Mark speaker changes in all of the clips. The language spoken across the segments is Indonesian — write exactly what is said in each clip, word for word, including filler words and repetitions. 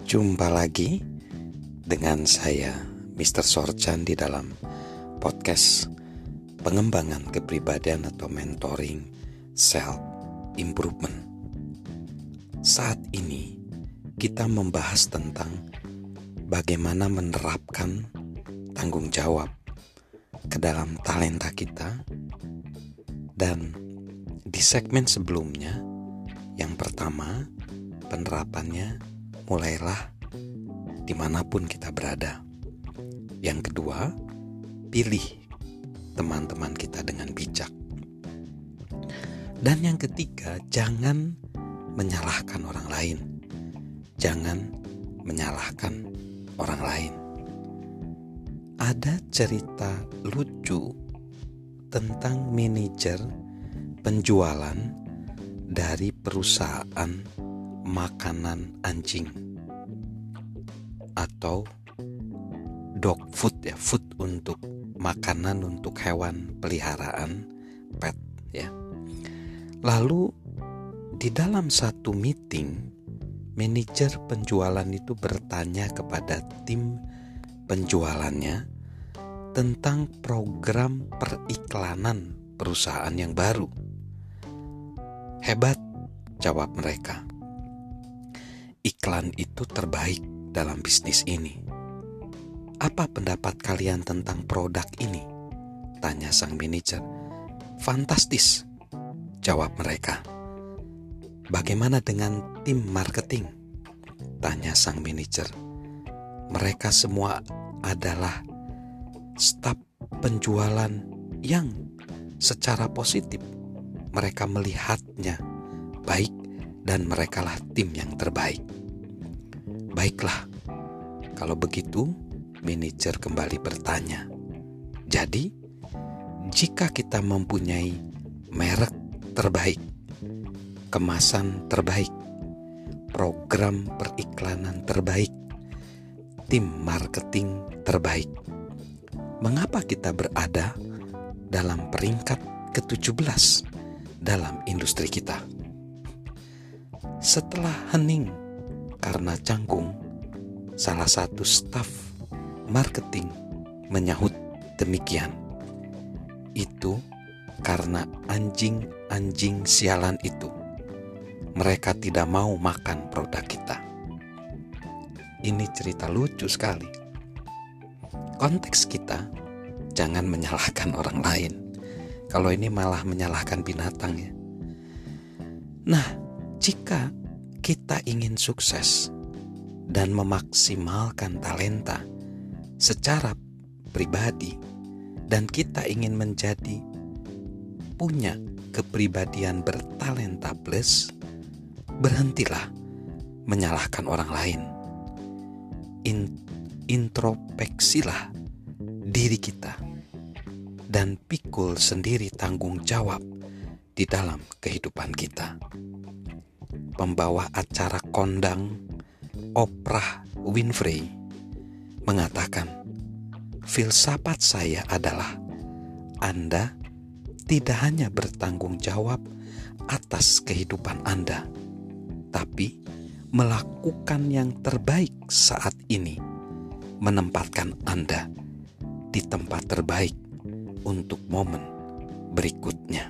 Speaker 1: Jumpa lagi dengan saya mister Sorchan di dalam podcast pengembangan kepribadian atau mentoring self improvement. Saat ini kita membahas tentang bagaimana menerapkan tanggung jawab ke dalam talenta kita. Dan di segmen sebelumnya, yang pertama, penerapannya mulailah dimanapun kita berada. Yang kedua, pilih teman-teman kita dengan bijak. Dan yang ketiga, jangan menyalahkan orang lain. Jangan menyalahkan orang lain. Ada cerita lucu tentang manajer penjualan dari perusahaan makanan anjing atau dog food ya, food untuk makanan untuk hewan peliharaan, pet ya. Lalu di dalam satu meeting, manajer penjualan itu bertanya kepada tim penjualannya tentang program periklanan perusahaan yang baru. Hebat, jawab mereka. Iklan itu terbaik dalam bisnis ini. Apa pendapat kalian tentang produk ini? Tanya sang manajer. Fantastis, jawab mereka. Bagaimana dengan tim marketing? Tanya sang manajer. Mereka semua adalah staf penjualan yang secara positif mereka melihatnya baik dan merekalah tim yang terbaik. Baiklah, kalau begitu manajer kembali bertanya. Jadi, jika kita mempunyai merek terbaik, kemasan terbaik, program periklanan terbaik, tim marketing terbaik, mengapa kita berada dalam peringkat ketujuh belas dalam industri kita? Setelah hening karena canggung, salah satu staf marketing menyahut demikian. Itu karena anjing-anjing sialan itu, mereka tidak mau makan produk kita. Ini cerita lucu sekali. Konteks kita, jangan menyalahkan orang lain. Kalau ini malah menyalahkan binatang ya. Nah, jika kita ingin sukses dan memaksimalkan talenta secara pribadi, dan kita ingin menjadi punya kepribadian bertalenta plus, berhentilah menyalahkan orang lain. In, introspeksilah diri kita dan pikul sendiri tanggung jawab di dalam kehidupan kita. Pembawa acara kondang Oprah Winfrey mengatakan, filsafat saya adalah Anda tidak hanya bertanggung jawab atas kehidupan Anda, tapi melakukan yang terbaik saat ini, menempatkan Anda di tempat terbaik untuk momen berikutnya.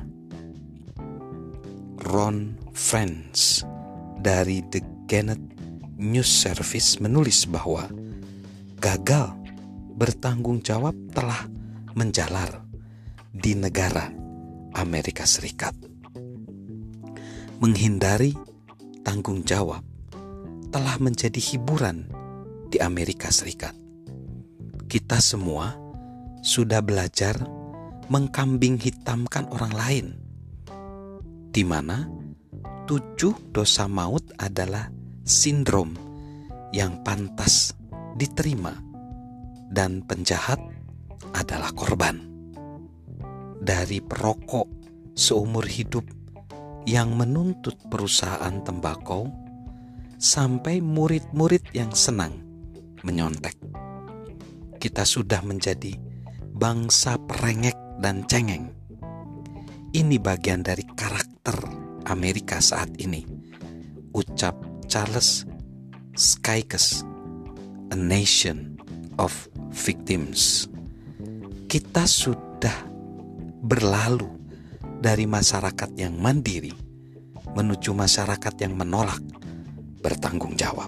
Speaker 1: Ron Friends dari The Gannett News Service menulis bahwa gagal bertanggung jawab telah menjalar di negara Amerika Serikat. Menghindari tanggung jawab telah menjadi hiburan di Amerika Serikat. Kita semua sudah belajar mengkambing hitamkan orang lain, di mana tujuh dosa maut adalah sindrom yang pantas diterima dan penjahat adalah korban. Dari perokok seumur hidup yang menuntut perusahaan tembakau sampai murid-murid yang senang menyontek, kita sudah menjadi bangsa perengek dan cengeng. Ini bagian dari karakter Amerika saat ini, ucap Charles Skaikes, a nation of victims. Kita sudah berlalu dari masyarakat yang mandiri menuju masyarakat yang menolak bertanggung jawab.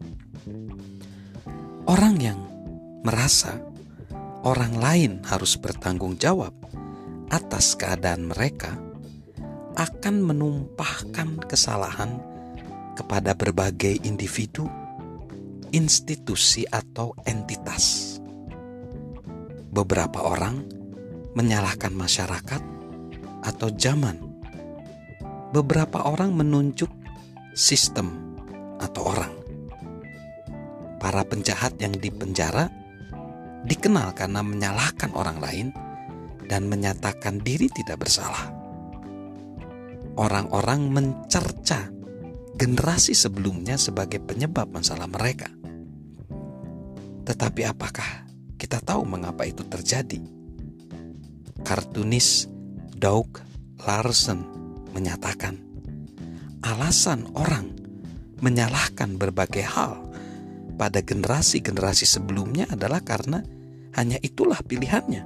Speaker 1: Orang yang merasa orang lain harus bertanggung jawab atas keadaan mereka akan menumpahkan kesalahan kepada berbagai individu, institusi, atau entitas. Beberapa orang menyalahkan masyarakat atau zaman. Beberapa orang menunjuk sistem atau orang. Para penjahat yang dipenjara dikenal karena menyalahkan orang lain dan menyatakan diri tidak bersalah. Orang-orang mencerca generasi sebelumnya sebagai penyebab masalah mereka. Tetapi apakah kita tahu mengapa itu terjadi? Kartunis Doug Larson menyatakan, alasan orang menyalahkan berbagai hal pada generasi-generasi sebelumnya adalah karena hanya itulah pilihannya.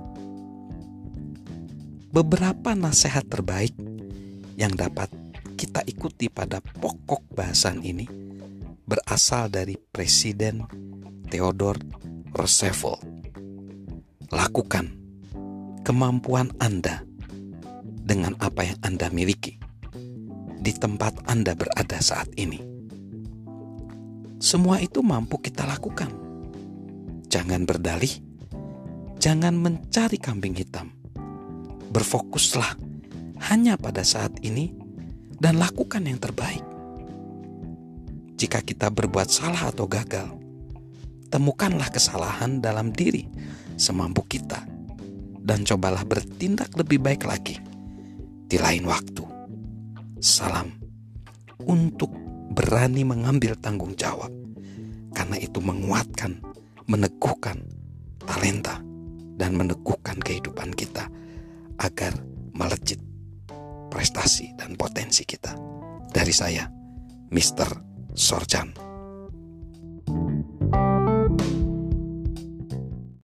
Speaker 1: Beberapa nasihat terbaik yang dapat kita ikuti pada pokok bahasan ini berasal dari Presiden Theodore Roosevelt. Lakukan kemampuan Anda dengan apa yang Anda miliki di tempat Anda berada saat ini. Semua itu mampu kita lakukan. Jangan berdalih, jangan mencari kambing hitam. Berfokuslah hanya pada saat ini dan lakukan yang terbaik. Jika kita berbuat salah atau gagal, temukanlah kesalahan dalam diri semampu kita dan cobalah bertindak lebih baik lagi di lain waktu. Salam untuk berani mengambil tanggung jawab, karena itu menguatkan, meneguhkan talenta dan meneguhkan kehidupan kita agar melejit prestasi dan potensi kita. Dari saya, mister Sorjan.